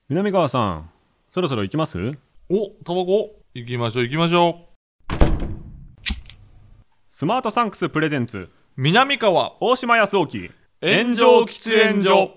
南川さん、そろそろ行きます？ お、タバコ行きましょう行きましょスマートサンクスプレゼンツう。南川大島康沖炎上喫煙所。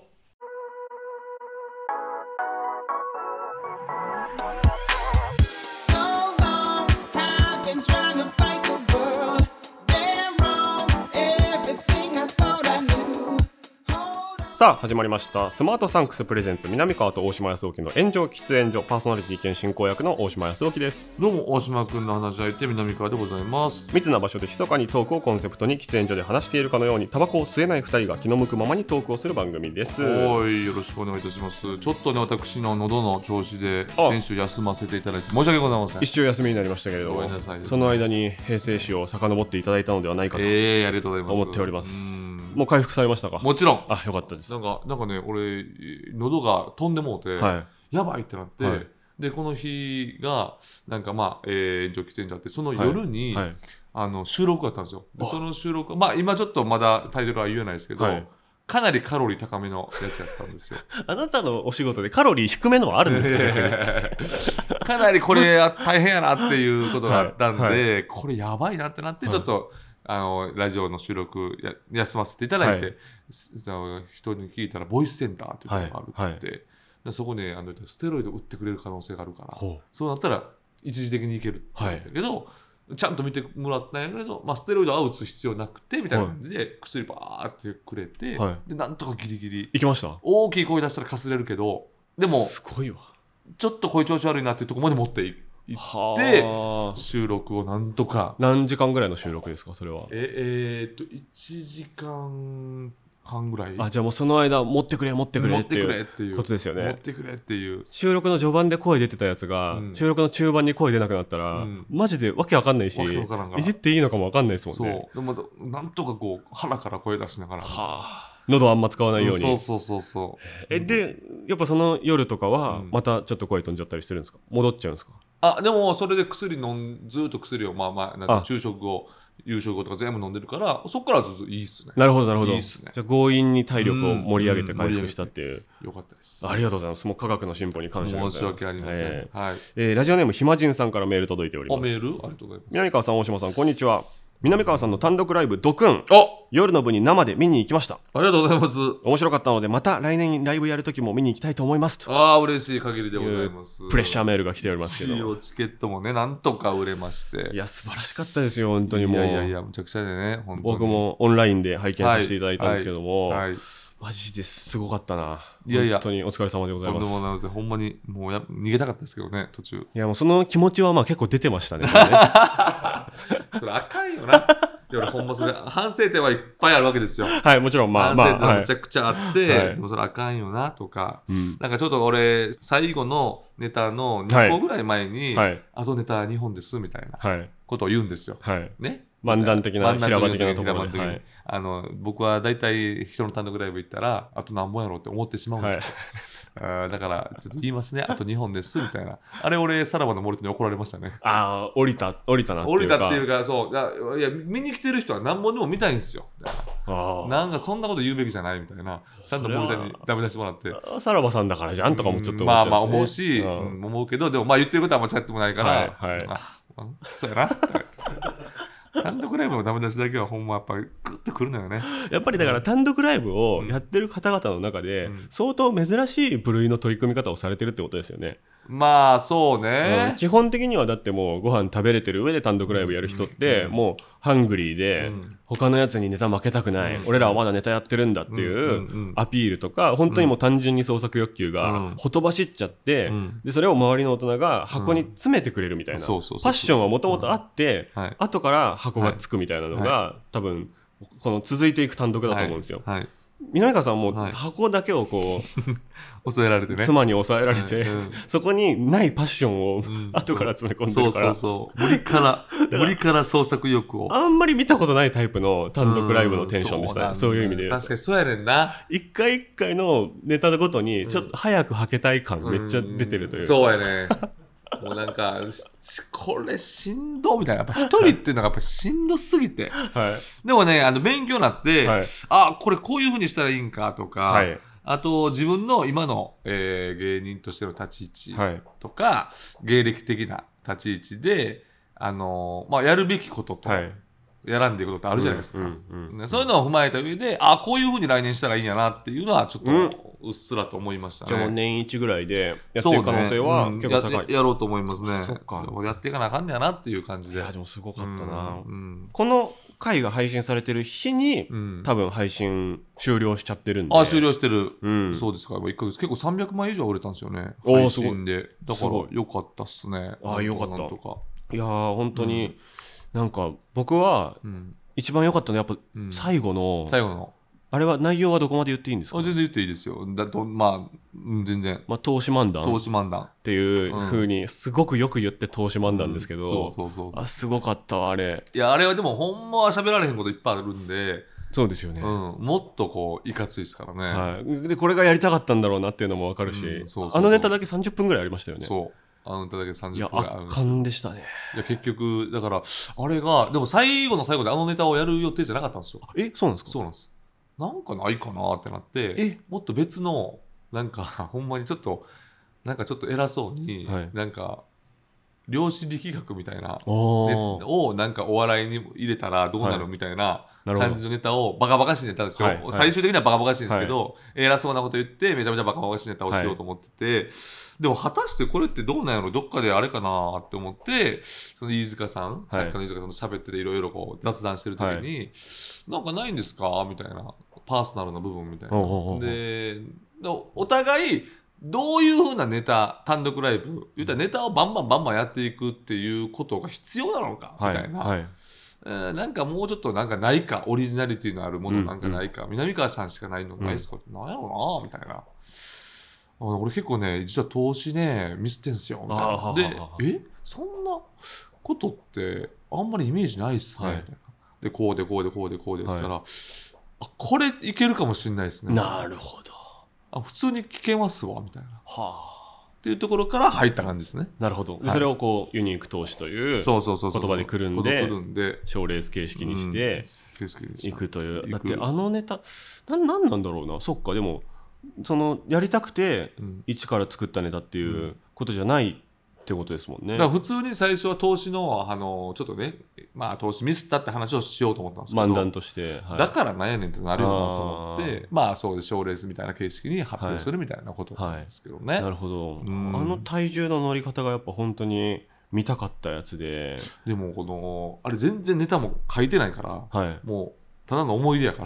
さあ始まりました。スマートサンクスプレゼンツ南川と大島康沖の炎上喫煙所、パーソナリティ兼進行役の大島康沖です。 どうも大島くんの話し相手南川でございます。 密な場所で密かにトークをコンセプトに喫煙所で話しているかのようにタバコを吸えない2人が気の向くままにトークをする番組です。 おい、よろしくお願いいたします。ちょっとね、私の喉の調子で先週休ませていただいて申し訳ございません。 一週休みになりましたけれども、 ごめんなさい。 その間に平成史を遡っていただいたのではないかとありがとうございます。 思っております。もう回復されましたか？ もちろん。 あ、よかったです。 なんかね、俺喉が飛んでもうて、やばいってなって、でこの日がなんか炎上喫煙所あって、その夜に、収録があったんですよ。でその収録、今ちょっとまだタイトルは言えないですけど、かなりカロリー高めのやつやったんですよ。 あなたのお仕事でカロリー低めのはあるんですか？ かなりこれ大変やなっていうことがあったんで、これやばいなってなって、ちょっとラジオの収録休ませていただいて、人に聞いたらボイスセンターっていうのがあるって言って、でそこにステロイド打ってくれる可能性があるから、そうなったら一時的にいけるって言ったけど、ちゃんと見てもらったんやけど、ステロイドは打つ必要なくてみたいな感じで薬バーってくれて、でなんとかギリギリいきました。 大きい声出したらかすれるけど、でもすごいわ、 ちょっと声調子悪いなっていうところまで持っていって収録をなんとか。 何時間ぐらいの収録ですか、それは ？1時間半ぐらい。 じゃあもうその間持ってくれっていうことですよね。 持ってくれっていう。 収録の序盤で声出てたやつが、収録の中盤に声出なくなったら、マジでわけわかんないし、いじっていいのかもわかんないですもんね。 そうでもなんとかこう腹から声出しながら、 喉あんま使わないように。 そうでやっぱその夜とかはまたちょっと声飛んじゃったりするんですか？戻っちゃうんですか？ でもそれでずっと薬をなんか昼食後夕食後とか全部飲んでるから、そこからずっといいっすね。 なるほどいいっすね。 じゃあ強引に体力を盛り上げて回復したっていう。 よかったです。 ありがとうございます。もう科学の進歩に感謝でございます。 申し訳ありません。 ラジオネームひまじんさんからメール届いております。 メールありがとうございます。 南川さん、大島さん、こんにちは。南川さんの単独ライブドクン、夜の部に生で見に行きました。 ありがとうございます。 面白かったのでまた来年ライブやるときも見に行きたいと思いますと。 嬉しい限りでございます。 プレッシャーメールが来ておりますけど、 チケットもねなんとか売れまして、 いや素晴らしかったですよ本当に。もういやむちゃくちゃでね、本当に僕もオンラインで拝見させていただいたんですけども、マジですごかったな。本当にお疲れ様でございます。 とんでもないです。ほんまにもう逃げたかったですけどね、途中。 いやもうその気持ちは結構出てましたね。 それあかんよな。俺ほんまそれ反省点はいっぱいあるわけですよ。 もちろん反省点はめちゃくちゃあって、でもそれあかんよなとか、なんかちょっと俺最後のネタの2個ぐらい前に、あとネタ2本ですみたいなことを言うんですよ。ね。 漫談的な平場的なところで、 僕はだいたい人の単独ライブ行ったらあと何本やろうって思ってしまうんですよ。だからちょっと言いますね、あと2本ですみたいな。あれ俺さらばの森田に怒られましたね。 降りたなっていうか。 降りたっていうか、そういや見に来てる人は何本でも見たいんですよ。なんかそんなこと言うべきじゃないみたいな、ちゃんと森田にダメ出してもらって、 さらばさんだからじゃんとかもちょっと思っちゃうんですね。 思うし、思うけど、でも言ってることは間違ってもないから、そうやな単独ライブのダメ出しだけはほんまやっぱりグッとくるのよね。 やっぱりだから単独ライブをやってる方々の中で相当珍しい部類の取り組み方をされてるってことですよね。 そうね。 基本的にはだってもうご飯食べれてる上で単独ライブやる人ってもうハングリーで他のやつにネタ負けたくない、俺らはまだネタやってるんだっていうアピールとか、本当にもう単純に創作欲求がほとばしっちゃって、でそれを周りの大人が箱に詰めてくれるみたいなファッションはもともとあって、後から箱がつくみたいなのが多分この続いていく単独だと思うんですよ。南川さんも箱だけをこう抑えられてね、 妻に抑えられて、そこにないパッションを後から詰め込んでるから、 無理から創作意欲をあんまり見たことないタイプの単独ライブのテンションでしたね。そういう意味で確かにそうやねんな。 一回一回のネタごとにちょっと早くはけたい感めっちゃ出てるというか、 そうやね。もうなんかこれしんどみたいな、やっぱ一人っていうのがやっぱしんどすぎて、でもね勉強になって、これこういう風にしたらいいんかとか、 あと自分の今の、芸人としての立ち位置とか、芸歴的な立ち位置で、やるべきことと、やらんでいくことってあるじゃないですか、そういうのを踏まえた上でこういうふうに来年したらいいんやなっていうのはちょっとうっすらと思いましたね。 じゃあもう年1ぐらいでやってる可能性は結構高い。 やろうと思いますね。 そっか、 やっていかなあかんねやなっていう感じで。 いやでもすごかったな、この回が配信されてる日に、多分配信終了しちゃってるんで。 終了してる、そうですか。1ヶ月結構300枚以上売れたんですよね、配信で。だからよかったっすね。 よかった。いや本当に、なんか僕は一番良かったのはやっぱ最後の、あれは内容はどこまで言っていいんですか？ 全然言っていいですよ。全然。 投資漫談っていう風にすごくよく言って投資漫談ですけど、すごかったわあれ。 いやあれはでもほんまは喋られへんこといっぱいあるんで。 そうですよね、 もっとこういかついですからね、 でこれがやりたかったんだろうなっていうのも分かるし、あのネタだけ30分ぐらいありましたよね。 あのネタだけ30分ぐらいあるんですよ。いや圧巻でしたね。 いや結局だからあれがでも最後の最後であのネタをやる予定じゃなかったんですよ。 そうなんですか？ そうなんです。なんかないかなってなって、もっと別のなんかほんまにちょっと偉そうに、なんか量子力学みたいなをなんかお笑いに入れたらどうなるみたいな感じのネタをバカバカしいネタですよ、最終的にはバカバカしいんですけど、偉そうなこと言ってめちゃめちゃバカバカしいネタをしようと思ってて、でも果たしてこれってどうなんやろ、どっかであれかなって思って、その飯塚さん、作家の飯塚さんと喋ってていろいろこう雑談してる時に、なんかないんですかみたいな、パーソナルな部分みたいな。でお互いどういう風なネタ、単独ライブ言ったらネタをバンバンやっていくっていうことが必要なのかみたいな、なんかもうちょっとなんかないか、オリジナリティのあるものなんかないか、南川さんしかないのないですか、なんやろうなみたいな。俺結構ね実は投資ねミスってんすよみたいな。でそんなことってあんまりイメージないっすね、みたいな。でこうでって言ったら、これいけるかもしれないですね。 なるほど。 普通に聞けますわみたいな、っていうところから入った感じですね。 なるほど。それをこうユニーク投資という言葉でくるんで賞レース形式にしていくという。だってあのネタなんなんだろうな。そっか。でもそのやりたくて一から作ったネタっていうことじゃないってことですもんね。 だから普通に最初は投資のちょっとね、投資ミスったって話をしようと思ったんですけど、 漫談として、 だからなんやねんってなるよなと思って、そうで賞レースみたいな形式に発表するみたいなことなんですけどね。 なるほど。あの体重の乗り方がやっぱ本当に見たかったやつで、 でもあれ全然ネタも書いてないから、もうただの思い出やから、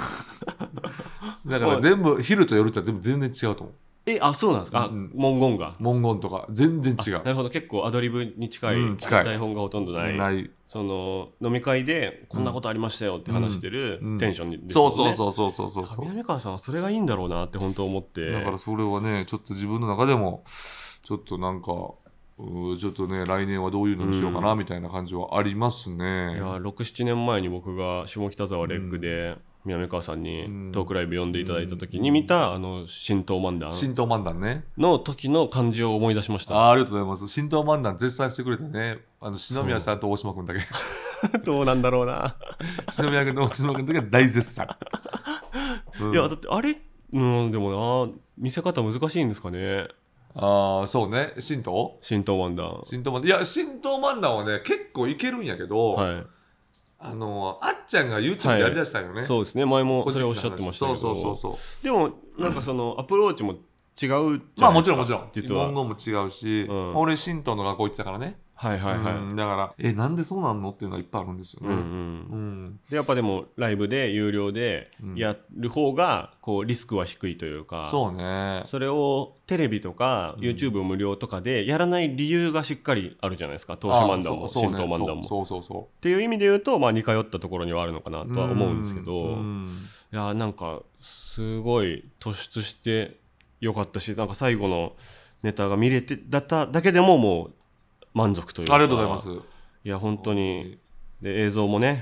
だから全部昼と夜とは全然違うと思う。 そうなんですか。文言とか全然違う。 なるほど。結構アドリブに近い、台本がほとんどない、その飲み会でこんなことありましたよって話してるテンションですよね。そう南川さんはそれがいいんだろうなって本当思って。 だからそれはねちょっと自分の中でもちょっとなんかちょっとね来年はどういうのにしようかなみたいな感じはありますね。 いや6、7年前に僕が下北沢レッグで、南川さんにトークライブ呼んでいただいた時に見た神道漫談ねの時の感じを思い出しました。 ありがとうございます。神道漫談絶賛してくれてね、篠宮さんと大島君だけどうなんだろうな。 篠宮君と大島君だけ大絶賛いやだってあれ、でもな見せ方難しいんですかね。 そうね。神道漫談。 いや神道漫談はね結構いけるんやけど、あっちゃんが YouTube でやりだしたよね、 そうですね。前もそれおっしゃってましたけど、でもなんかそのアプローチも違うじゃないですか。 もちろん実は文言も違うし、俺神道の学校行ってたからね。だからなんでそうなんのっていうのはいっぱいあるんですよね。 でやっぱでもライブで有料でやる方がこうリスクは低いというか、 そうね。 それをテレビとか YouTube 無料とかでやらない理由がしっかりあるじゃないですか。投資漫談も神道漫談もっていう意味で言うと、似通ったところにはあるのかなとは思うんですけど、いやなんかすごい突出してよかったし、なんか最後のネタが見れてだけでももう満足というか。 ありがとうございます。 いや本当に。で映像もね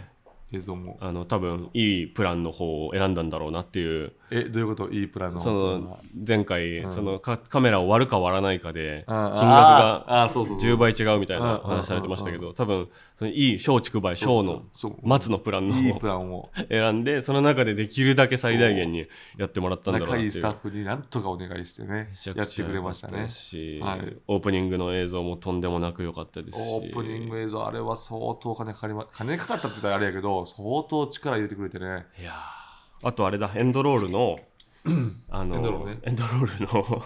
映像も多分いいプランの方を選んだんだろうなっていう。 どういうこと？いいプランのその前回、そのカメラを割るか割らないかで金額が10倍違うみたいな話されてましたけど、多分そのいい松竹梅小の松のプランのいいプランを選んで、その中でできるだけ最大限にやってもらったんだろうなっていう。 仲いいスタッフになんとかお願いしてねやってくれましたね。 オープニングの映像もとんでもなく良かったですし、 オープニング映像あれは相当金かかったって言ったらあれやけど相当力入れてくれてね。 いやあとあれだ、エンドロールのエンドロールの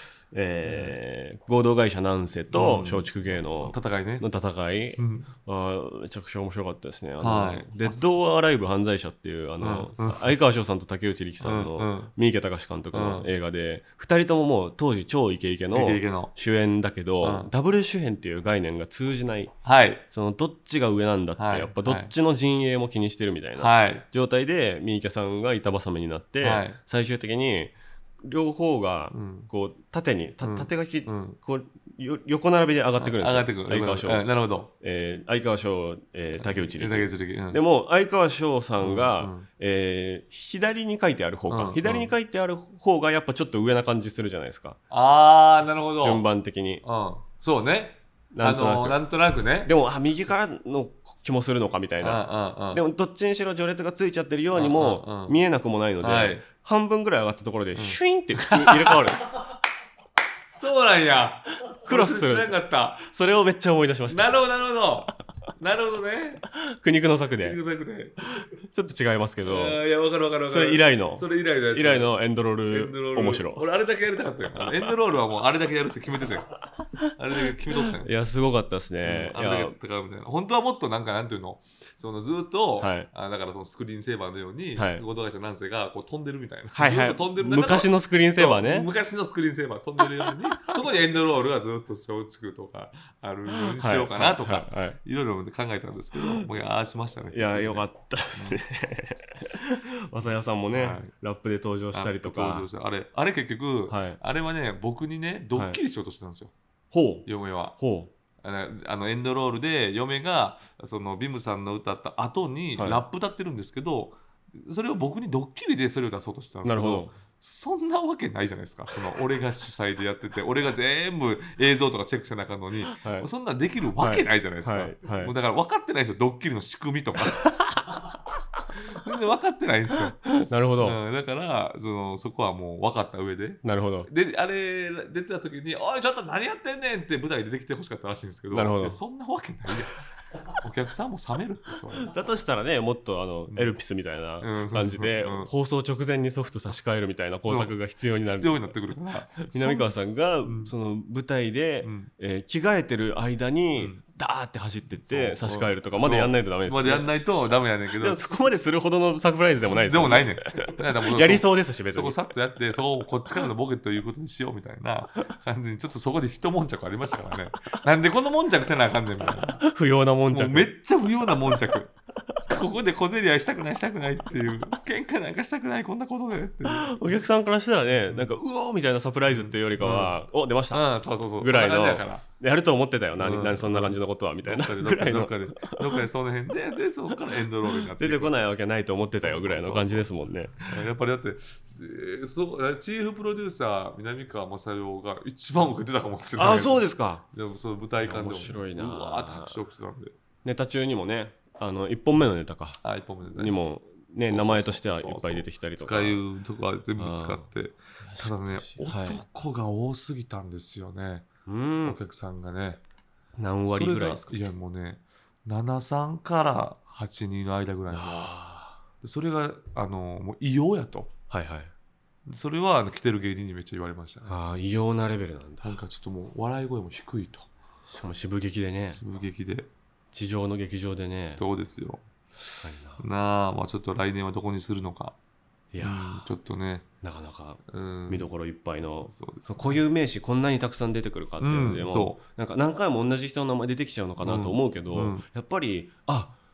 合同会社南瀬と松竹芸能の戦い、めちゃくちゃ面白かったですね。デッド・アライブ犯罪者っていう相川翔さんと竹内力さんの三池崇史監督の映画で、2人とももう当時超イケイケの主演だけど、ダブル主演っていう概念が通じない、そのどっちが上なんだって、やっぱどっちの陣営も気にしてるみたいな状態で三池さんが板挟みになって、最終的に両方がこう縦に縦書きこう横並びで上がってくるんですよ。相川翔、なるほど、相川翔、竹内力、でも相川翔さんが左に書いてある方か、左に書いてある方がやっぱちょっと上な感じするじゃないですか。 なるほど、 順番的に。 そうね、なんとなくね。 でも右からの気もするのかみたいな。でもどっちにしろ序列がついちゃってるようにも見えなくもないので、半分ぐらい上がったところでシュインって入れ替わるんです。 そうなんや。 クロスするんです。それをめっちゃ思い出しました。 なるほどね。 苦肉の策でちょっと違いますけど、 いや、わかる。 それ以来のエンドロール面白い。 俺あれだけやりたかったよ。エンドロールはもうあれだけやるって決めてたよ。あれだけ決めとったよ。 いや、すごかったですね。 あれだけやったからみたいな。本当はもっとなんていうの、そのずっとだからそのスクリーンセーバーのように合同会社南瀬がこう飛んでるみたいな。ずっと飛んでる。 昔のスクリーンセーバーね。 昔のスクリーンセーバー飛んでるように、そこにエンドロールがずっと松竹とかあるようにしようかなとか、いろいろ考えたんですけど、もうしましたね。 いや、よかったですね。正也さんもね、ラップで登場したりとか。 あれ結局、あれはね、僕にね、ドッキリしようとしてたんですよ。嫁は。エンドロールで嫁がそのビムさんの歌った後にラップ歌ってるんですけど、それを僕にドッキリでそれを出そうとしてたんですけど、そんなわけないじゃないですか。その俺が主催でやってて、俺が全部映像とかチェックせなあかんのに、そんなんできるわけないじゃないですか。もうだから分かってないですよ、ドッキリの仕組みとか。全然分かってないんですよ。 なるほど。 だからそこはもう分かった上で。 なるほど。 で、あれ出てた時に、おいちょっと何やってんねんって舞台に出てきてほしかったらしいんですけど、 なるほど。 そんなわけないやん。お客さんも冷めるってそうだとしたらね、もっとエルピスみたいな感じで放送直前にソフト差し替えるみたいな工作が必要になってくるから、南川さんがその舞台で着替えてる間にダーって走ってって差し替えるとかまでやんないとダメですよね。 までやんないとダメやねんけど、 でもそこまでするほどのサプライズでもないですよね。でもないねん。 やりそうですし、別にそこさっとやって、そこをこっちからのボケということにしようみたいな感じに、ちょっとそこで一悶着ありましたからね。なんでこの悶着せなあかんねんみたいな。 不要な悶着。 めっちゃ不要な悶着。ここで小競り合いしたくないっていう、喧嘩なんかしたくない、こんなことでっていう。 お客さんからしたらね、なんかうおーみたいなサプライズっていうよりかは、お出ましたぐらいの、やると思ってたよ、何そんな感じのことはみたいなぐらいの、 どっかでその辺でそこからエンドロールになって出てこないわけないと思ってたよぐらいの感じですもんね。 やっぱりだってチーフプロデューサー南川雅代が一番受けてたかもしれない。 そうですか。 でもその舞台館でも面白いな。 うわーって拍手をしてたんで、 ネタ中にもね、1本目のネタかにもね、名前としてはいっぱい出てきたりとか、 使うとこは全部使って。ただね、男が多すぎたんですよね、お客さんがね。 何割ぐらいですか？ いやもうね、7、3から8人の間ぐらいで、それがもう異様やと。それは来てる芸人にめっちゃ言われましたね。 異様なレベルなんだ。 なんかちょっともう笑い声も低いと。 しかも渋劇でね。地上の劇場でね。 そうですよ。まあちょっと来年はどこにするのか。 いやちょっとね、 なかなか見どころいっぱいの、固有名詞こんなにたくさん出てくるかっていうのでも、なんか何回も同じ人の名前出てきちゃうのかなと思うけど、やっぱり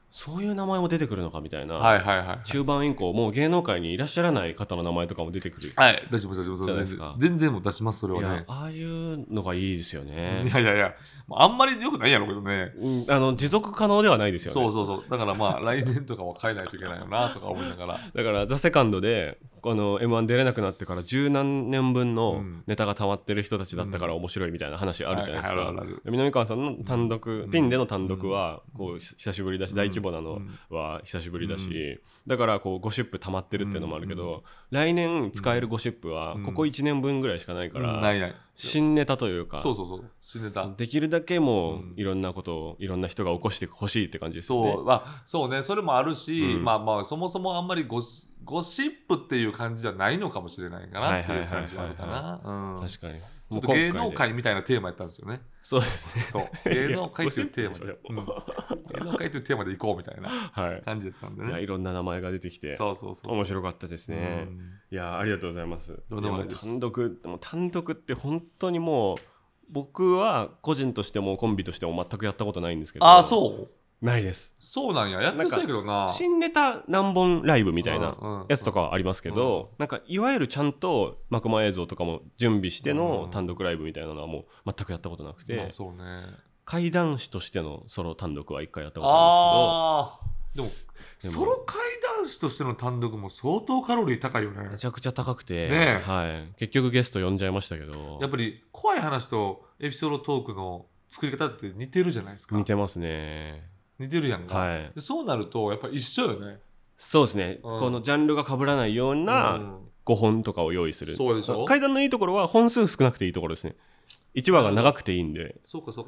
そういう名前も出てくるのかみたいな、 はいはいはい、 中盤以降もう芸能界にいらっしゃらない方の名前とかも出てくる、 はい出しますじゃないですか。全然もう出しますそれはね。 いやああいうのがいいですよね。 いやあんまり良くないやろうけどね、 持続可能ではないですよね。 そうだからまあ来年とかは変えないといけないよなとか思いながらだからザ・セカンドでM1 出れなくなってから十何年分のネタが溜まってる人たちだったから面白いみたいな話あるじゃないですか。南川さんの単独、ピンでの単独はこう久しぶりだし、大規模なのは久しぶりだし、だからこうゴシップ溜まってるっていうのもあるけど、来年使えるゴシップはここ1年分ぐらいしかないから、新ネタというか、 そう新ネタできるだけもういろんなことをいろんな人が起こしてほしいって感じですよね。 そうね、それもあるし、まあそもそもあんまりゴシップっていう感じじゃないのかもしれないかなっていう感じはあるかな。 確かにちょっと芸能界みたいなテーマやったんですよね。 そうですね。 そう芸能界というテーマで、芸能界というテーマでいこうみたいな感じだったんでね。 いろんな名前が出てきて面白かったですね。いやありがとうございます。単独って本当にもう僕は個人としてもコンビとしても全くやったことないんですけど。 ああそうないです。 そうなんや、やってそうやけどな。 新ネタ何本ライブみたいなやつとかはありますけど、なんかいわゆるちゃんと幕間映像とかも準備しての単独ライブみたいなのはもう全くやったことなくて、 そうね、 怪談師としてのソロ単独は1回やったことあるんですけど、でもソロ怪談師としての単独も相当カロリー高いよね。 めちゃくちゃ高くて、結局ゲスト呼んじゃいましたけど、 やっぱり怖い話とエピソードトークの作り方って似てるじゃないですか。 似てますね。 似てるやんか、でそうなるとやっぱり一緒よね。 そうですね、このジャンルが被らないような5本とかを用意する。 そうでしょ。 怪談のいいところは本数少なくていいところですね。1話が長くていいんで。 そうか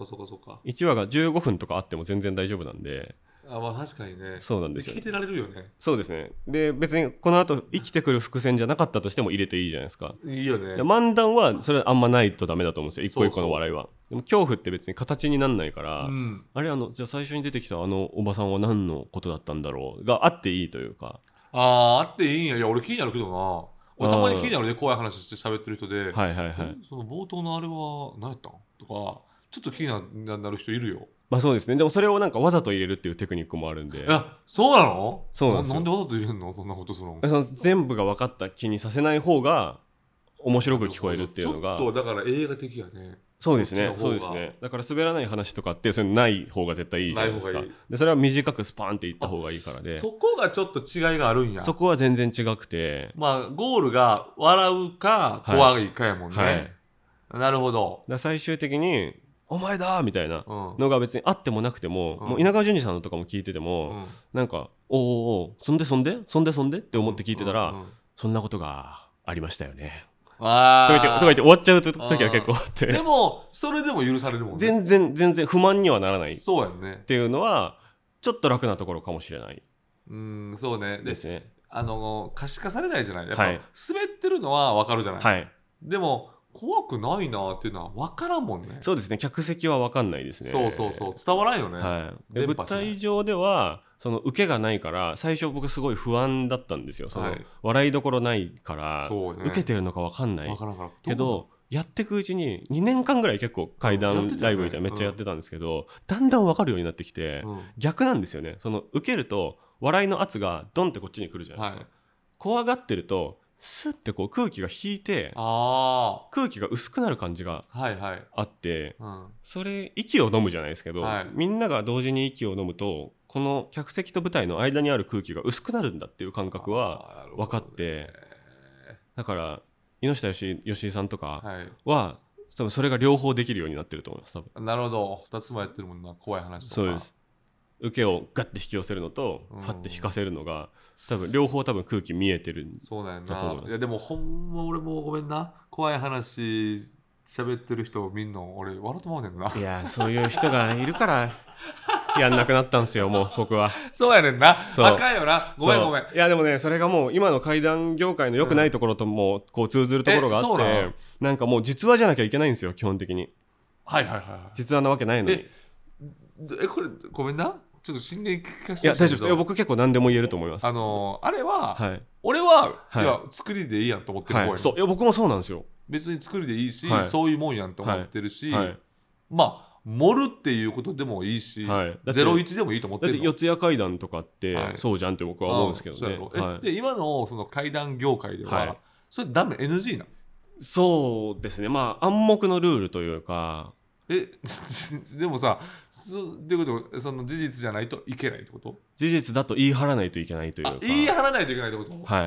1話が15分とかあっても全然大丈夫なんで。 まあ確かにね。 そうなんですよ。 聞いてられるよね。 そうですね。で別にこの後生きてくる伏線じゃなかったとしても入れていいじゃないですか。 いいよね。 漫談はそれあんまないとダメだと思うんですよ、一個一個の笑いは。でも恐怖って別に形になんないから、あれじゃあ最初に出てきたおばさんは何のことだったんだろうがあっていいというか。 あっていいんや。いや俺気になるけどな。俺たまに気になるで怖い話して喋ってる人で、その冒頭のあれは何やったんとかちょっと気になる人いるよ。 まあそうですね。でもそれをなんかわざと入れるっていうテクニックもあるんで。 そうなの？ そうなんですよ。 なんでわざと入れるの？そんなことするの？ その全部が分かった気にさせない方が面白く聞こえるっていうのが。 ちょっとだから映画的やね。 そうですね。だから滑らない話とかってそれない方が絶対いいじゃないですか。でそれは短くスパーンっていった方がいいからで。 そこがちょっと違いがあるんや。 そこは全然違くて。 まあゴールが笑うか怖いかやもんね。なるほど。 だ最終的にお前だみたいなのが別にあってもなくても、もう稲川淳二さんのとかも聞いてても、なんかおそんでって思って聞いてたら、そんなことがありましたよねとか言って終わっちゃう時は結構あって。 でもそれでも許されるもんね。全然不満にはならないそうやねっていうのはちょっと楽なところかもしれない。 そうね。 ですね。 可視化されないじゃない。やっぱ滑ってるのは分かるじゃない。でも怖くないなっていうのは分からんもんね。 そうですね。客席は分かんないですね。 そう伝わらんよね。 舞台上ではその受けがないから最初僕すごい不安だったんですよ。その笑いどころないから受けてるのか分かんないけど、やっていくうちに2年間ぐらい結構怪談ライブみたいなめっちゃやってたんですけど、だんだん分かるようになってきて、逆なんですよね。その受けると笑いの圧がドンってこっちに来るじゃないですか。怖がってるとスッてこう空気が引いて空気が薄くなる感じがあって、それ息を飲むじゃないですけど、みんなが同時に息を飲むとこの客席と舞台の間にある空気が薄くなるんだっていう感覚は分かって、だから猪下義井さんとかは多分それが両方できるようになってると思います。多分なるほど。2つもやってるもんな。怖い話とか。 そうです。受けをガッて引き寄せるのとファッて引かせるのが多分両方空気見えてるんだと思います。 いやでもほんま俺もごめんな、怖い話喋ってる人を見んの俺笑ってまうねんな。 いやそういう人がいるからやんなくなったんですよもう僕は。 そうやねんな。あかんよな。ごめん。 いやでもねそれがもう今の怪談業界の良くないところともこう通ずるところがあって、なんかもう実話じゃなきゃいけないんですよ基本的に。実話なわけないのに。 これごめんな、ちょっと心霊聞かせてほしい。 いや大丈夫です。僕結構何でも言えると思います。 あれは、俺は、いや作りでいいやんと思ってる方や。 そういや僕もそうなんですよ。 別に作りでいいし、そういうもんやんと思ってるし、まあ盛るっていうことでもいいし、 はい、 01でもいいと思ってるの。 だって四谷怪談とかって、はい、そうじゃんって僕は思うんですけどね。 はい、で今のその怪談業界では、はい、それダメ NG なの？ そうですね、まあ暗黙のルールというか。 でもさ、ってことその事実じゃないといけないってこと？ 事実だと言い張らないといけないというか。 言い張らないといけないってこと？ はい。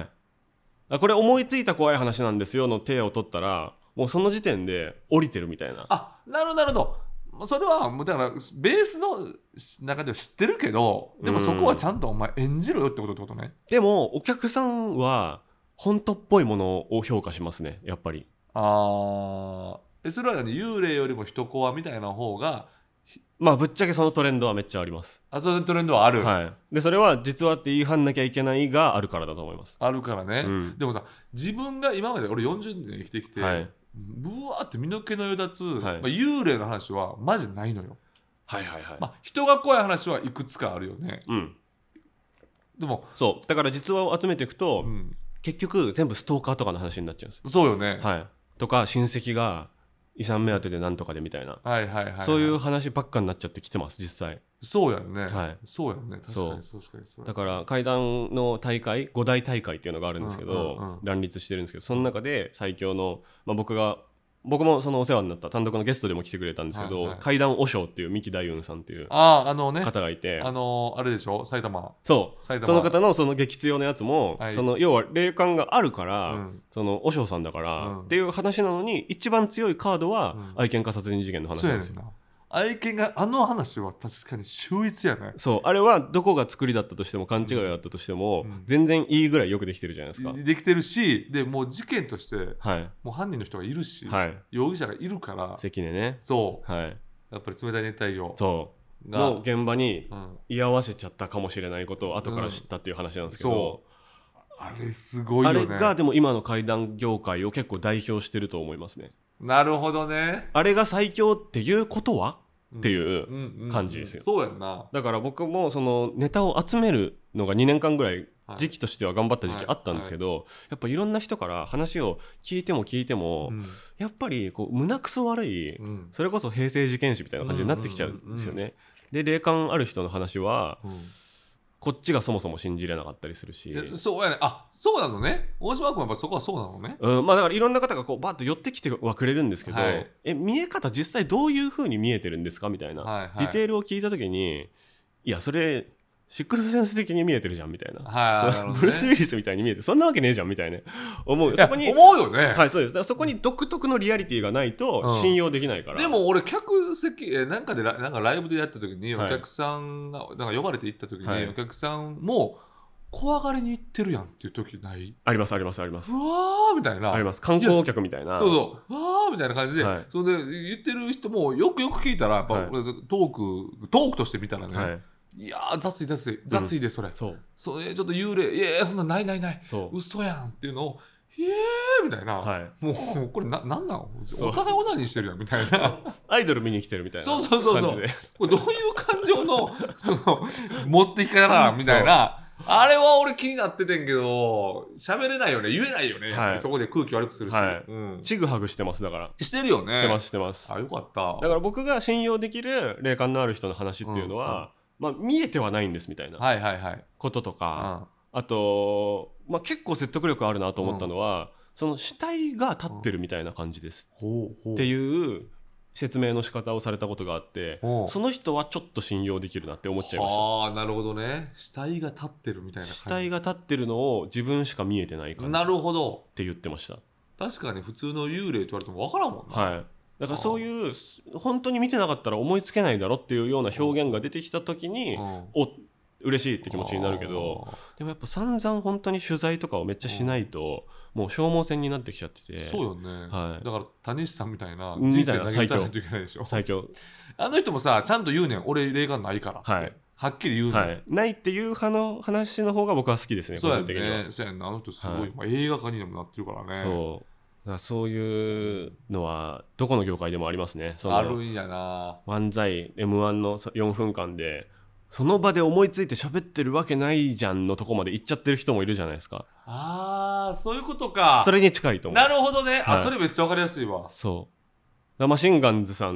これ思いついた怖い話なんですよの手を取ったら、もうその時点で降りてるみたいな。 なるほどなるほど。それはもうだからベースの中では知ってるけど、でもそこはちゃんとお前演じろよってことね。 でもお客さんは本当っぽいものを評価しますね、やっぱり。 それは、ね、幽霊よりも人コアみたいな方が、 まあぶっちゃけそのトレンドはめっちゃあります。 そのトレンドはある。 はい。でそれは実はって言い張んなきゃいけないがあるからだと思います。 あるからね。でもさ、自分が今まで俺40年生きてきて、 はい、 ブワーって身の毛のよだつ、 はい、 幽霊の話はマジないのよ。 はいはいはい。 人が怖い話はいくつかあるよね。でもそうだから実話を集めていくと、結局全部ストーカーとかの話になっちゃうんですよ。 そうよね。 はい。とか親戚が遺産目当てでなんとかでみたいな、そういう話ばっかになっちゃってきてます実際。 そうやんね。 はい。 そうやんね。確かにそう。 だから怪談の大会5大大会っていうのがあるんですけど、乱立してるんですけど、その中で最強の、僕もそのお世話になった単独のゲストでも来てくれたんですけど、怪談和尚っていう三木大雲さんっていう方がいて、 あれでしょ、埼玉。 そうその方のその激強のやつも、その要は霊感があるから、その和尚さんだから、っていう話なのに一番強いカードは愛犬家殺人事件の話なんですよ。 愛犬があの話は確かに秀逸やね。 そうあれはどこが作りだったとしても勘違いがあったとしても、全然いいぐらいよくできてるじゃないですか。 できてるし、でもう事件として、 はい、 もう犯人の人がいるし、 はい、 容疑者がいるから、 関根ね。 そう、 はい、 やっぱり冷たい熱帯魚の現場に居合わせちゃったかもしれないことを後から知ったっていう話なんですけど、 あれすごいよね。 あれがでも今の怪談業界を結構代表してると思いますね。 なるほどね。 あれが最強っていうことはっていう感じですよ。 そうやんな。 だから僕もそのネタを集めるのが2年間ぐらい時期としては頑張った時期あったんですけど、やっぱいろんな人から話を聞いても、やっぱりこう胸くそ悪い、それこそ平成事件史みたいな感じになってきちゃうんですよね。で霊感ある人の話は、こっちがそもそも信じれなかったりするし。 そうやね。そうなのね。大島君もやっぱそこはそうなのね。 だからいろんな方がこうバッと寄ってきてはくれるんですけど、見え方実際どういう風に見えてるんですかみたいな、ディテールを聞いた時に、いやそれシックスセンス的に見えてるじゃんみたいな、ブルース・ウィリスみたいに見えてそんなわけねえじゃんみたいな思う。そこに思うよね。 はい、そうです。だからそこに独特のリアリティがないと信用できないから。 でも俺客席なんかライブでやった時にお客さんがなんか呼ばれて行った時に、お客さんも怖がりに行ってるやんっていう時ない？ ありますありますあります。 うわーみたいな。 あります。観光客みたいな。 そううわーみたいな感じで、それで言ってる人もよく聞いたらやっぱ、トークとして見たらね、いやー雑いでそれ、それちょっと幽霊、いやそんなない嘘やんっていうのをみたいな、もうこれなんなの、お互いオナニーしてるやんみたいな、 アイドル見に来てるみたいな感じで、 これどういう感情の持っていき方みたいな。あれは俺気になっててんけど喋れないよね、言えないよね、やっぱりそこで空気悪くするし、 ちぐはぐしてます。だからしてるよね。 してます。 よかった。 だから僕が信用できる霊感のある人の話っていうのは、見えてはないんですみたいなこととか、あと、結構説得力あるなと思ったのは、その死体が立ってるみたいな感じですっていう説明の仕方をされたことがあって、その人はちょっと信用できるなって思っちゃいました。 なるほどね。死体が立ってるみたいな感じ。 死体が立ってるのを自分しか見えてない感じ。 なるほどって言ってました。 確かに普通の幽霊と言われても分からんもんな。 だからそういう本当に見てなかったら思いつけないだろっていうような表現が出てきた時に、嬉しいって気持ちになるけど、でもやっぱ散々本当に取材とかをめっちゃしないと、もう消耗戦になってきちゃってて。 そうよね。だから谷西さんみたいな人生投げたらないといけないでしょ。最強。あの人もさちゃんと言うねん、俺霊感ないからって、はっきり言うねん。 ないっていう派の話の方が僕は好きですね。 そうやね。そうやね。あの人すごい、映画化にもなってるからね。 そういうのはどこの業界でもありますね。 あるんやな。 漫才 M1 の4分間でその場で思いついて喋ってるわけないじゃんのとこまで行っちゃってる人もいるじゃないですか。 そういうことか。 それに近いと思う。 なるほどね。それめっちゃ分かりやすいわ。 そう。マシンガンズさん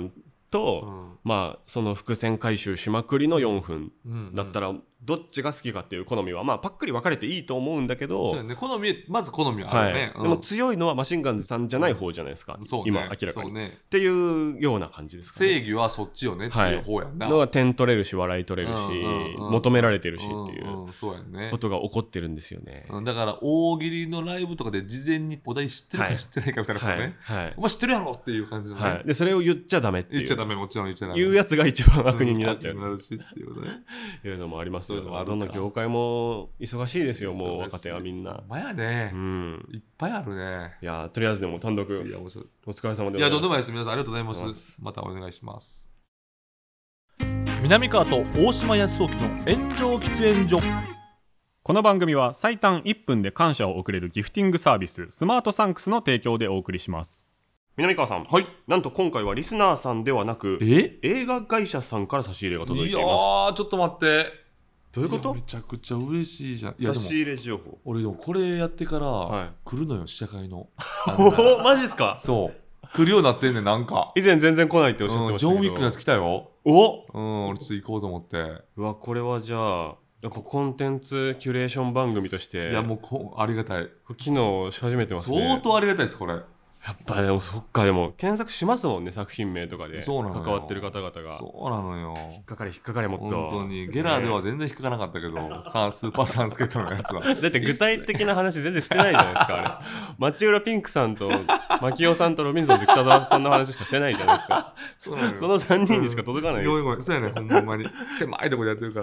と、まあその伏線回収しまくりの4分だったらどっちが好きかっていう好みはまあパックリ分かれていいと思うんだけど、 そうやね、まず好みはあるね、 でも強いのはマシンガンズさんじゃない方じゃないですか、今明らかに、っていうような感じですかね。 正義はそっちよねっていう方やんな、 のが点取れるし笑い取れるし、求められてるしっていうことが起こってるんですよね。 だから大喜利のライブとかで事前にお題知ってるか知ってないかみたいなことね、お前知ってるやろっていう感じのね、 でそれを言っちゃダメっていう、 言っちゃダメ、もちろん言っちゃダメ、 言うやつが一番悪人になっちゃう、 なるしっていうことねいうのもありますよ。どんな業界も忙しいですよ、もう若手はみんな。 まやね、いっぱいあるね。 いやとりあえずでも単独お疲れ様でございます。 いやとんでもないです。皆さんありがとうございます。またお願いします。 南川と大島康雄の炎上喫煙所。この番組は最短1分で感謝を送れるギフティングサービススマートサンクスの提供でお送りします。 南川さん、 はい、 なんと今回はリスナーさんではなく映画会社さんから差し入れが届いています。 いやーちょっと待って、 どういうこと？ めちゃくちゃ嬉しいじゃん。 差し入れ情報。 俺でもこれやってから来るのよ、試写会の。 おマジっすか？ そう来るようになってんねん。なんか以前全然来ないっておっしゃってましたけど、 ジョンウィックのやつ来たよ。俺ちょっと行こうと思って。 うわこれはじゃあやっぱコンテンツキュレーション番組として、 いやもうありがたい。 機能し始めてますね。 相当ありがたいですこれ。 やっぱでもそっか、でも検索しますもんね、作品名とかで関わってる方々が。 そうなのよ。 引っかかれもっと。 本当にゲラでは全然引っかかなかったけど、スーパーサンスケットのやつはだって具体的な話全然してないじゃないですかあれ。町浦ピンクさんと牧雄さんとロビンソンズ北澤さんの話しかしてないじゃないですか。その3人にしか届かないです。 ごめんそうやね、ほんまに狭いとこでやってるから。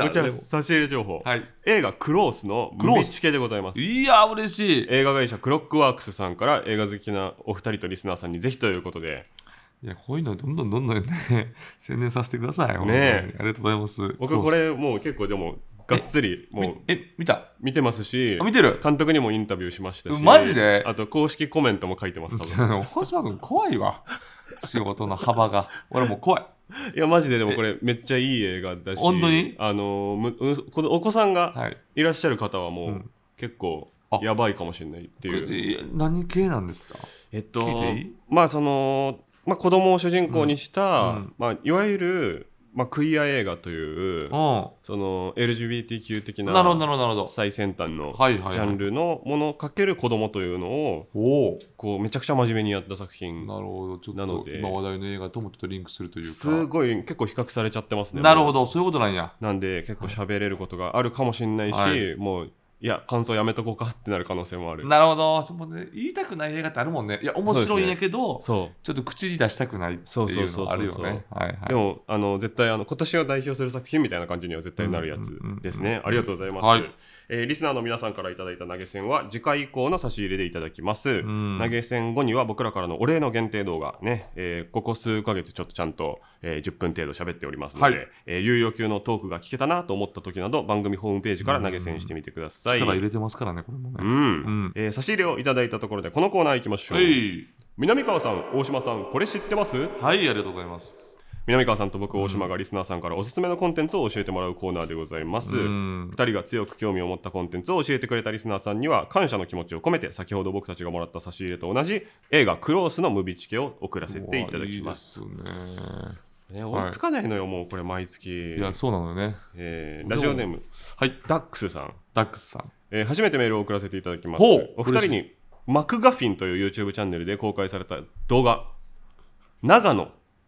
こちら差し入れ情報、映画クロースのムビチケでございます。 いや嬉しい。 映画会社クロックワークスさんから映画好きなお二人とリスナーさんにぜひということで、 いやこういうのどんどんね宣伝させてくださいね。ありがとうございます。 僕これもう結構でもがっつりもう見てますし、 見てる。 監督にもインタビューしましたし、 マジで。 あと公式コメントも書いてます。多分星間君怖いわ仕事の幅が。俺もう怖い。 いやマジででもこれめっちゃいい映画だし、 本当にお子さんがいらっしゃる方はもう結構やばいかもしれないっていう。 何系なんですか？ まあ子供を主人公にした、いわゆるクイア映画という、その LGBTQ 的な最先端のジャンルのものかける子供というのをこうめちゃくちゃ真面目にやった作品なので、 今話題の映画ともちょっとリンクするというか、 すごい結構比較されちゃってますね。 なるほど、そういうことなんや。 なんで結構喋れることがあるかもしれないし、もういや感想やめとこうかってなる可能性もある。 なるほど。言いたくない映画ってあるもんね。いや面白いんやけど、ちょっと口に出したくないっていうのあるよね。 でも絶対今年を代表する作品みたいな感じには絶対なるやつですね。ありがとうございます。リスナーの皆さんからいただいた投げ銭は次回以降の差し入れでいただきます。投げ銭後には僕らからのお礼の限定動画ね、ここ数ヶ月ちょっとちゃんと、10分程度喋っておりますので、有料級のトークが聞けたなと思った時など番組ホームページから投げ銭してみてください。 力入れてますからねこれもね。 差し入れをいただいたところでこのコーナー行きましょう。南川さん、大島さん、これ知ってます？ はい、ありがとうございます。 南川さんと僕大島がリスナーさんからおすすめのコンテンツを教えてもらうコーナーでございます。2人が強く興味を持ったコンテンツを教えてくれたリスナーさんには感謝の気持ちを込めて先ほど僕たちがもらった差し入れと同じ映画クロースのムビチケを送らせていただきます。 いいですね。追いつかないのよ、もうこれ毎月。 いやそうなのよね。 ラジオネームダックスさん、初めてメールを送らせていただきます。お二人にマクガフィンという YouTube チャンネルで公開された動画、長野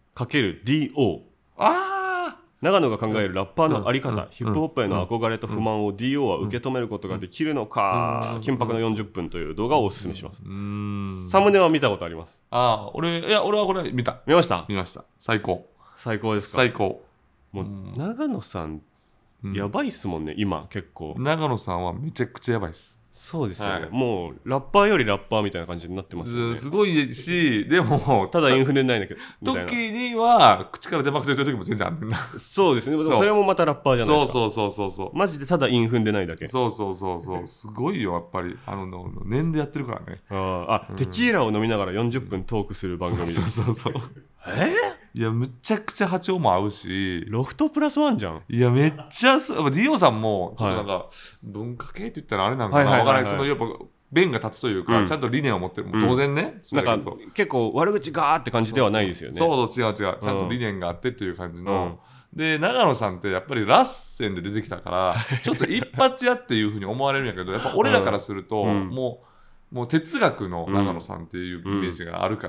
×DO、長野が考えるラッパーのあり方、ヒップホップへの憧れと不満を DO は受け止めることができるのか、緊迫の40分という動画をおすすめします。サムネは見たことあります。 俺はこれ見ました。 最高ですか？最高。 もう長野さんやばいっすもんね今。結構長野さんはめちゃくちゃやばいっす。 そうですよね、もうラッパーよりラッパーみたいな感じになってますよね。 すごいし、でもただインフレないんだけど時には口から出まくせてる時も全然あんねんな。 そうですね。それもまたラッパーじゃないですか。 そうマジでただインフンでないだけ。 そうすごいよやっぱり年でやってるからね。 テキーラを飲みながら40分トークする番組です。 いやむちゃくちゃ波長も合うし、 ロフトプラスワンじゃん。 いやめっちゃディオさんもちょっとなんか文化系って言ったらあれなんかな、分からない。やっぱ弁が立つというか、ちゃんと理念を持ってる、当然ね、 なんか結構悪口ガーって感じではないですよね。 そう違うちゃんと理念があってっていう感じの、で長野さんってやっぱりラッセンで出てきたからちょっと一発屋っていうふうに思われるんやけど、やっぱ俺らからすると、もう哲学の長野さんっていうイメージがあるから、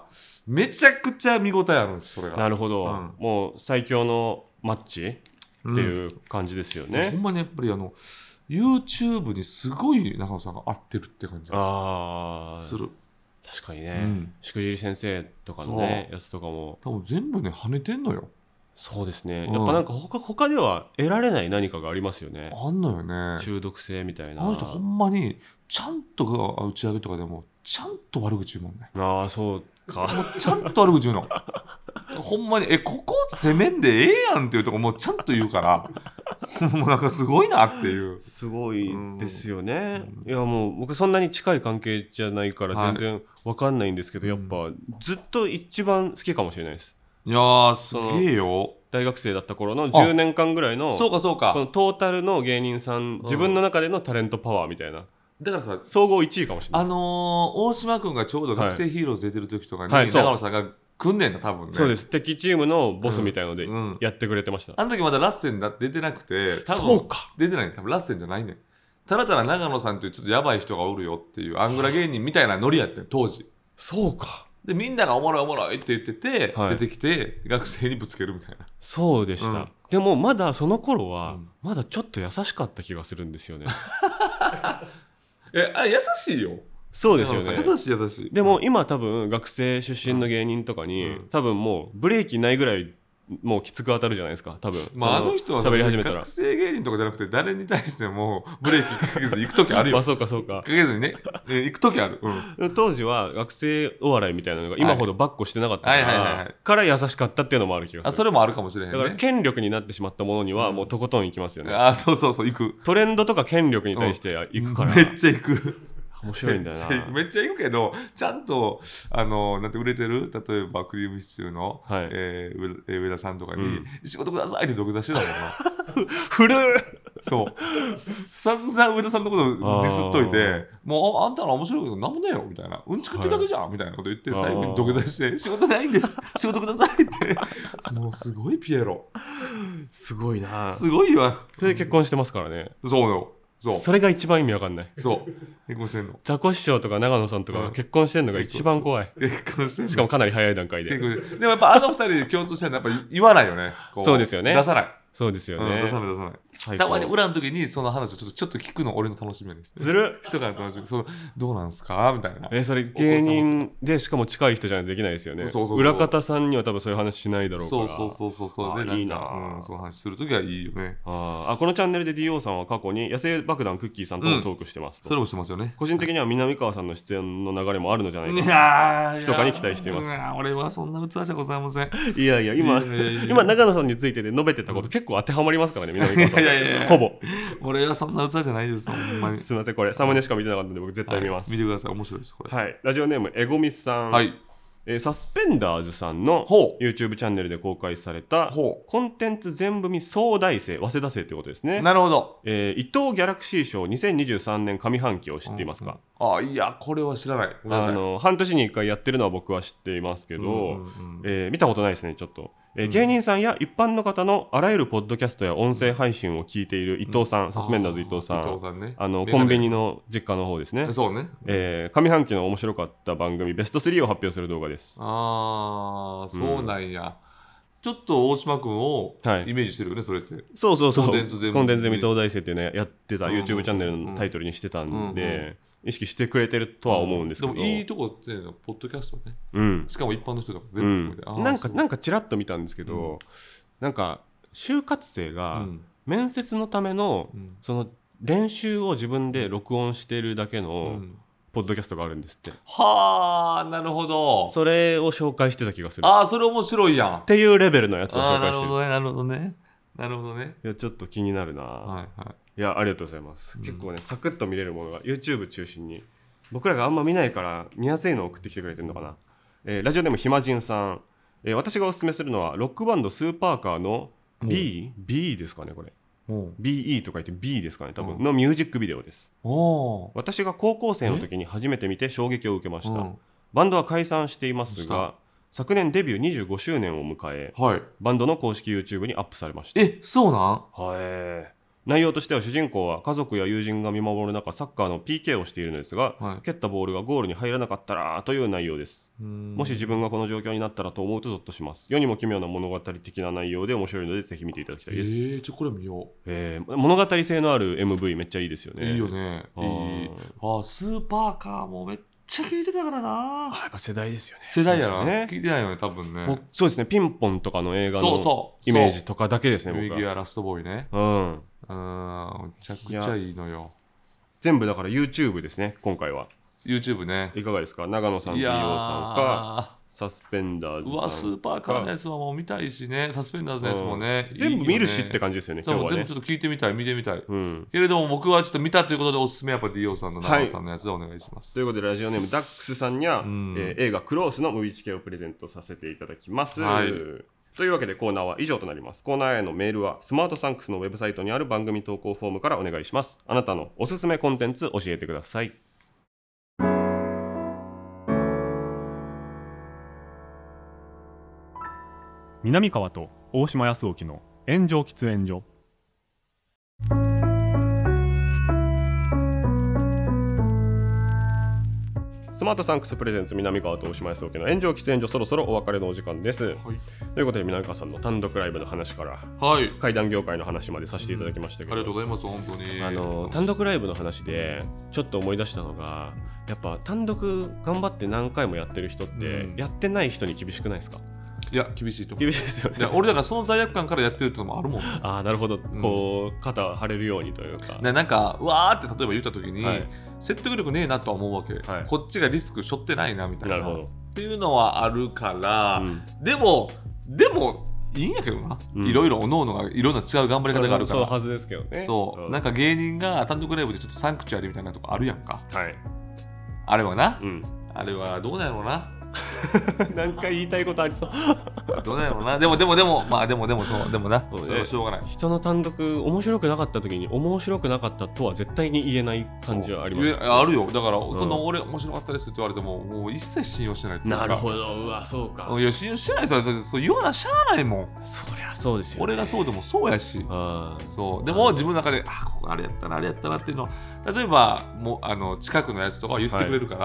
めちゃくちゃ見応えあるんですそれが。 なるほど、もう最強のマッチっていう感じですよね。 ほんまにやっぱりYouTube にすごい長野さんが合ってるって感じがする。 確かにね、しくじり先生とかのねやつとかも多分全部ね跳ねてんのよ。 そうですね、やっぱなんか他では得られない何かがありますよね。 あんのよね、 中毒性みたいな。 あの人ほんまにちゃんと打ち上げとかでもちゃんと悪口言うもんね。 ああそうかちゃんと悪口言うのほんまにここ攻めんでええやんっていうとこもうちゃんと言うからもうなんかすごいなっていう。 すごいですよね、いやもう僕そんなに近い関係じゃないから全然わかんないんですけど、やっぱずっと一番好きかもしれないです。 いやーすげえよ。 大学生だった頃の10年間ぐらいのそうかこのトータルの芸人さん、自分の中でのタレントパワーみたいな、 だからさ総合1位かもしれないです。 大島君がちょうど学生ヒーローズ出てる時とかに、長野さんが組んでんだ多分ね。そうです、敵チームのボスみたいのでやってくれてました、 あの時まだラッセン出てなくて、多分そうか出てない、多分ラッセンじゃないねん。ただただ長野さんっていうちょっとやばい人がおるよっていうアングラ芸人みたいなノリやってん当時。 そうか。 でみんながおもろいおもろいって言ってて、出てきて学生にぶつけるみたいな。 そうでした、でもまだその頃は、まだちょっと優しかった気がするんですよね優しいよ。 そうですよね。 優しい。 でも今多分学生出身の芸人とかに、多分もうブレーキないぐらいもうきつく当たるじゃないですか多分。 あの人は喋り始めたら学生芸人とかじゃなくて誰に対してもブレーキかけずに行く時あるよそうかかけずにね行く時ある、 当時は学生お笑いみたいなのが今ほどバッコしてなかったから優しかったっていうのもある気がする。 それもあるかもしれへんね。 だから権力になってしまったものにはもうとことん行きますよね。 そう行く。 トレンドとか権力に対して行くから、 めっちゃ行く。 面白いんだよな。 めっちゃ行くけどちゃんとなんて売れてる、例えばクリームシチューの、上田さんとかに、仕事くださいって土下座してたもんな古っ。 そう散々上田さんのことをディスっといて、もうあんたら面白いことなんもねえよみたいな、うんち食ってるだけじゃんみたいなこと言って、最後に土下座して仕事ないんです仕事くださいってもうすごいピエロ、 すごいな。 すごいわ。 それで結婚してますからね。 そうよ。 それが一番意味わかんない。 そう結婚してんの。 ザコシショウとか長野さんとか結婚してんのが一番怖い。 結婚してんの。 しかもかなり早い段階で。 でもやっぱあの二人で共通してるのはやっぱ言わないよね。 そうですよね。 出さない。 そうですよね。 出さない。たまに裏の時にその話をちょっと聞くの俺の楽しみです。 ずる人から楽しみ。どうなんすかみたいな。 それ芸人でしかも近い人じゃないとできないですよね。裏方さんには多分そういう話しないだろうから。 そうでいいな。その話する時はいいよね。 このチャンネルで DO さんは過去に野生爆弾クッキーさんともトークしてますと。 それもしてますよね。 個人的には南川さんの出演の流れもあるのじゃないかと密かに期待しています。 俺はそんな器じゃございません。 いや今長野さんについてで述べてたこと結構当てはまりますからね。南川さんほぼ。 俺はそんな器じゃないです。ほんまに。 すみません、これサムネしか見てなかったので僕絶対見ます。 見てください、面白いですこれ。 はい、ラジオネームエゴミスさん。はい。サスペンダーズさんの YouTube チャンネルで公開されたコンテンツ全組総大生、早稲田生ということですね。 なるほど。 伊藤ギャラクシー賞2023年上半期を知っていますか？ いやこれは知らない。 半年に1回やってるのは僕は知っていますけど、見たことないですねちょっと。芸人さんや一般の方のあらゆるポッドキャストや音声配信を聞いている伊藤さん、サスペンダーズ伊藤さん、ね、コンビニの実家の方ですね。 そうね。 上半期の面白かった番組ベスト3を発表する動画です。 そうなんや。ちょっと大島君をイメージしてるよね、それって。 そうコンテンツゼミ東大生っていうのやってた YouTube チャンネルのタイトルにしてたんで、意識してくれてるとは思うんですけど、 でもいいとこってポッドキャストね、しかも一般の人とか全部で、 なんかちらっと見たんですけど、なんか就活生が面接のためのその練習を自分で録音してるだけのポッドキャストがあるんですって。 はあ、なるほど。 それを紹介してた気がする。 それ面白いやんっていうレベルのやつを紹介してる。 なるほどね。いやちょっと気になるな。いやありがとうございます。結構ねサクッと見れるものが YouTube 中心に僕らがあんま見ないから見やすいのを送ってきてくれてるのかな。ラジオネームひまじんさん。私がおすすめするのはロックバンドスーパーカーの B ですかねこれ。 BE とか言って B ですかね多分のミュージックビデオです。私が高校生の時に初めて見て衝撃を受けました。バンドは解散していますが昨年デビュー25周年を迎え、バンドの公式 YouTube にアップされました。 そうなん？ 内容としては主人公は家族や友人が見守る中サッカーの PK をしているのですが、蹴ったボールがゴールに入らなかったらという内容です。もし自分がこの状況になったらと思うとゾッとします。世にも奇妙な物語的な内容で面白いのでぜひ見ていただきたいです。 これ見よう。物語性のある MV めっちゃいいですよね。 いいよね。スーパーカーもめっちゃ聞いてたからな。 やっぱ世代ですよね。 世代やな。聞いてないよね多分ね。 そうですね。ピンポンとかの映画のイメージとかだけですね。 僕は。メギュアラストボーイね。めちゃくちゃいいのよ。 全部だから YouTube ですね今回は。 YouTube ね。 いかがですか？長野さんと伊尾さんかサスペンダーズさんか。 スーパーカーのやつはもう見たいしね。サスペンダーズのやつもね。 全部見るしって感じですよね。今日はね。 全部ちょっと聞いてみたい見てみたい。けれども僕はちょっと見たということでおすすめやっぱ DO さんの長野さんのやつでお願いします。 ということでラジオネームダックスさんには映画クロースのムビチケをプレゼントさせていただきます。というわけでコーナーは以上となります。コーナーへのメールはスマートサンクスのウェブサイトにある番組投稿フォームからお願いします。あなたのおすすめコンテンツ教えてください。 南川と大島康沖の炎上喫煙所。 スマートサンクスプレゼンツ南川と大島康沖の炎上喫煙所、そろそろお別れのお時間です。ということで南川さんの単独ライブの話から、怪談業界の話までさせていただきましたけど、 ありがとうございます。本当に単独ライブの話でちょっと思い出したのが、やっぱ単独頑張って何回もやってる人って、やってない人に厳しくないですか？ いや厳しいと思う。 厳しいですよね。 俺だからその罪悪感からやってるってのもあるもん。 なるほど。こう肩張れるようにというか、 なんかうわーって例えば言った時に、説得力ねえなとは思うわけ、こっちがリスク背負ってないなみたいなっていうのはあるから、でもいいんやけどな、いろいろ各々がいろんな違う頑張り方があるから。 そうはずですけどね。 なんか芸人が単独ライブでちょっとサンクチュアリみたいなとこあるやんか。あれはな、あれはどうなんやろうな。 なんか言いたいことありそう。 どうなんやろうな。でもな、それはしょうがない。 人の単独面白くなかった時に面白くなかったとは絶対に言えない感じはあります、ね。 あるよ。だからその俺面白かったですって言われてももう一切信用してないっていうか。 なるほど。うわそうか。 いや信用してない。そう言わなしゃあないもん。 そりゃそうですよ、ね。 俺がそうでもそうやし。そうでも自分の中でここあれやったなっていうの例えばもう近くのやつとかは言ってくれるから。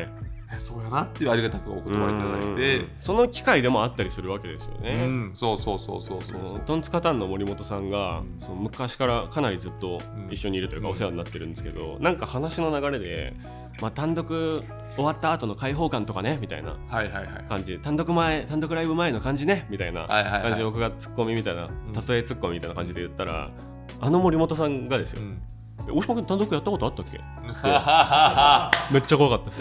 そうやなっていうありがたくお言葉いただいて、 その機会でもあったりするわけですよね。 そうトンツカタンの森本さんが、その昔からかなりずっと一緒にいるというかお世話になってるんですけど、なんか話の流れで、単独終わった後の開放感とかねみたいな感じで、単独ライブ前の感じねみたいな感じで僕がツッコミみたいな、例えツッコミみたいな感じで言ったら、森本さんがですよ、大島君単独やったことあったっけ？めっちゃ怖かったです。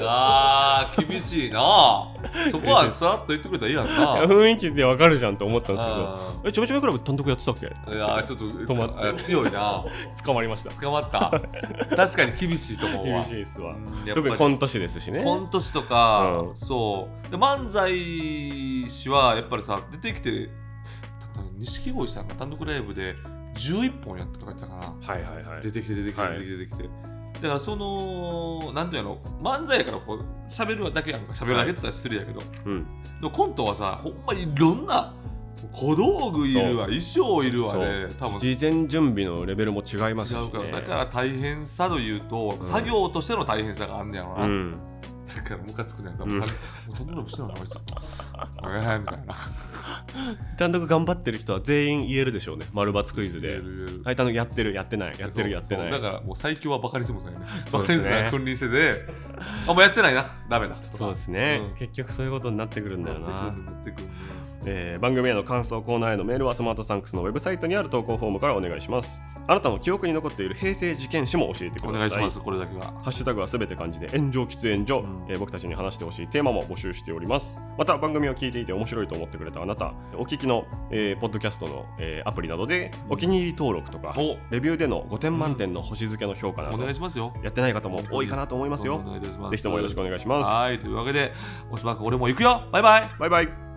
厳しいな。そこはさらっと言ってくれたらいいやんな。 雰囲気でわかるじゃんと思ったんですけど、ちょめちょめクラブ単独やってたっけ？ いやちょっと強いな。 捕まりました。 捕まった。確かに厳しいと思うわ。 厳しいですわ。特にコント師ですしね。 コント師とか、そうで漫才師はやっぱりさ出てきて、錦鯉さんが単独ライブで11本やったとか言ったかな。出てきてだからそのなんていうの、漫才やからこう喋るだけやんか。喋るだけって言ったら失礼やけど、コントはさほんまにいろんな小道具いるわ、衣装いるわね。多分事前準備のレベルも違いますし、ね、 違うから。だから大変さというと、作業としての大変さがあんねやろな。だからムカつくねん。もうとんでもしてないなあいつ。みたいな。 単独頑張ってる人は全員言えるでしょうね。丸×クイズで。単独やってるやってないやってるやってない。 だからもう最強はバカリズムさんやね。バカリズムが君臨してて、もうやってないな、ダメだ。 そうですね。結局そういうことになってくるんだよな。番組への感想コーナーへのメールはスマートサンクスのウェブサイトにある投稿フォームからお願いします。あなたの記憶に残っている平成事件史も教えてください。 お願いします。これだけは。 ハッシュタグはすべて漢字で炎上喫煙所、僕たちに話してほしいテーマも募集しております。また番組を聞いていて面白いと思ってくれたあなた、お聞きの、ポッドキャストの、アプリなどでお気に入り登録とか、レビューでの5点満点の星付けの評価など、 お願いしますよ。 やってない方も多いかなと思いますよ。ぜひともよろしくお願いします。 はい、というわけで大島君俺も行くよ。バイバイ。 バイバイ。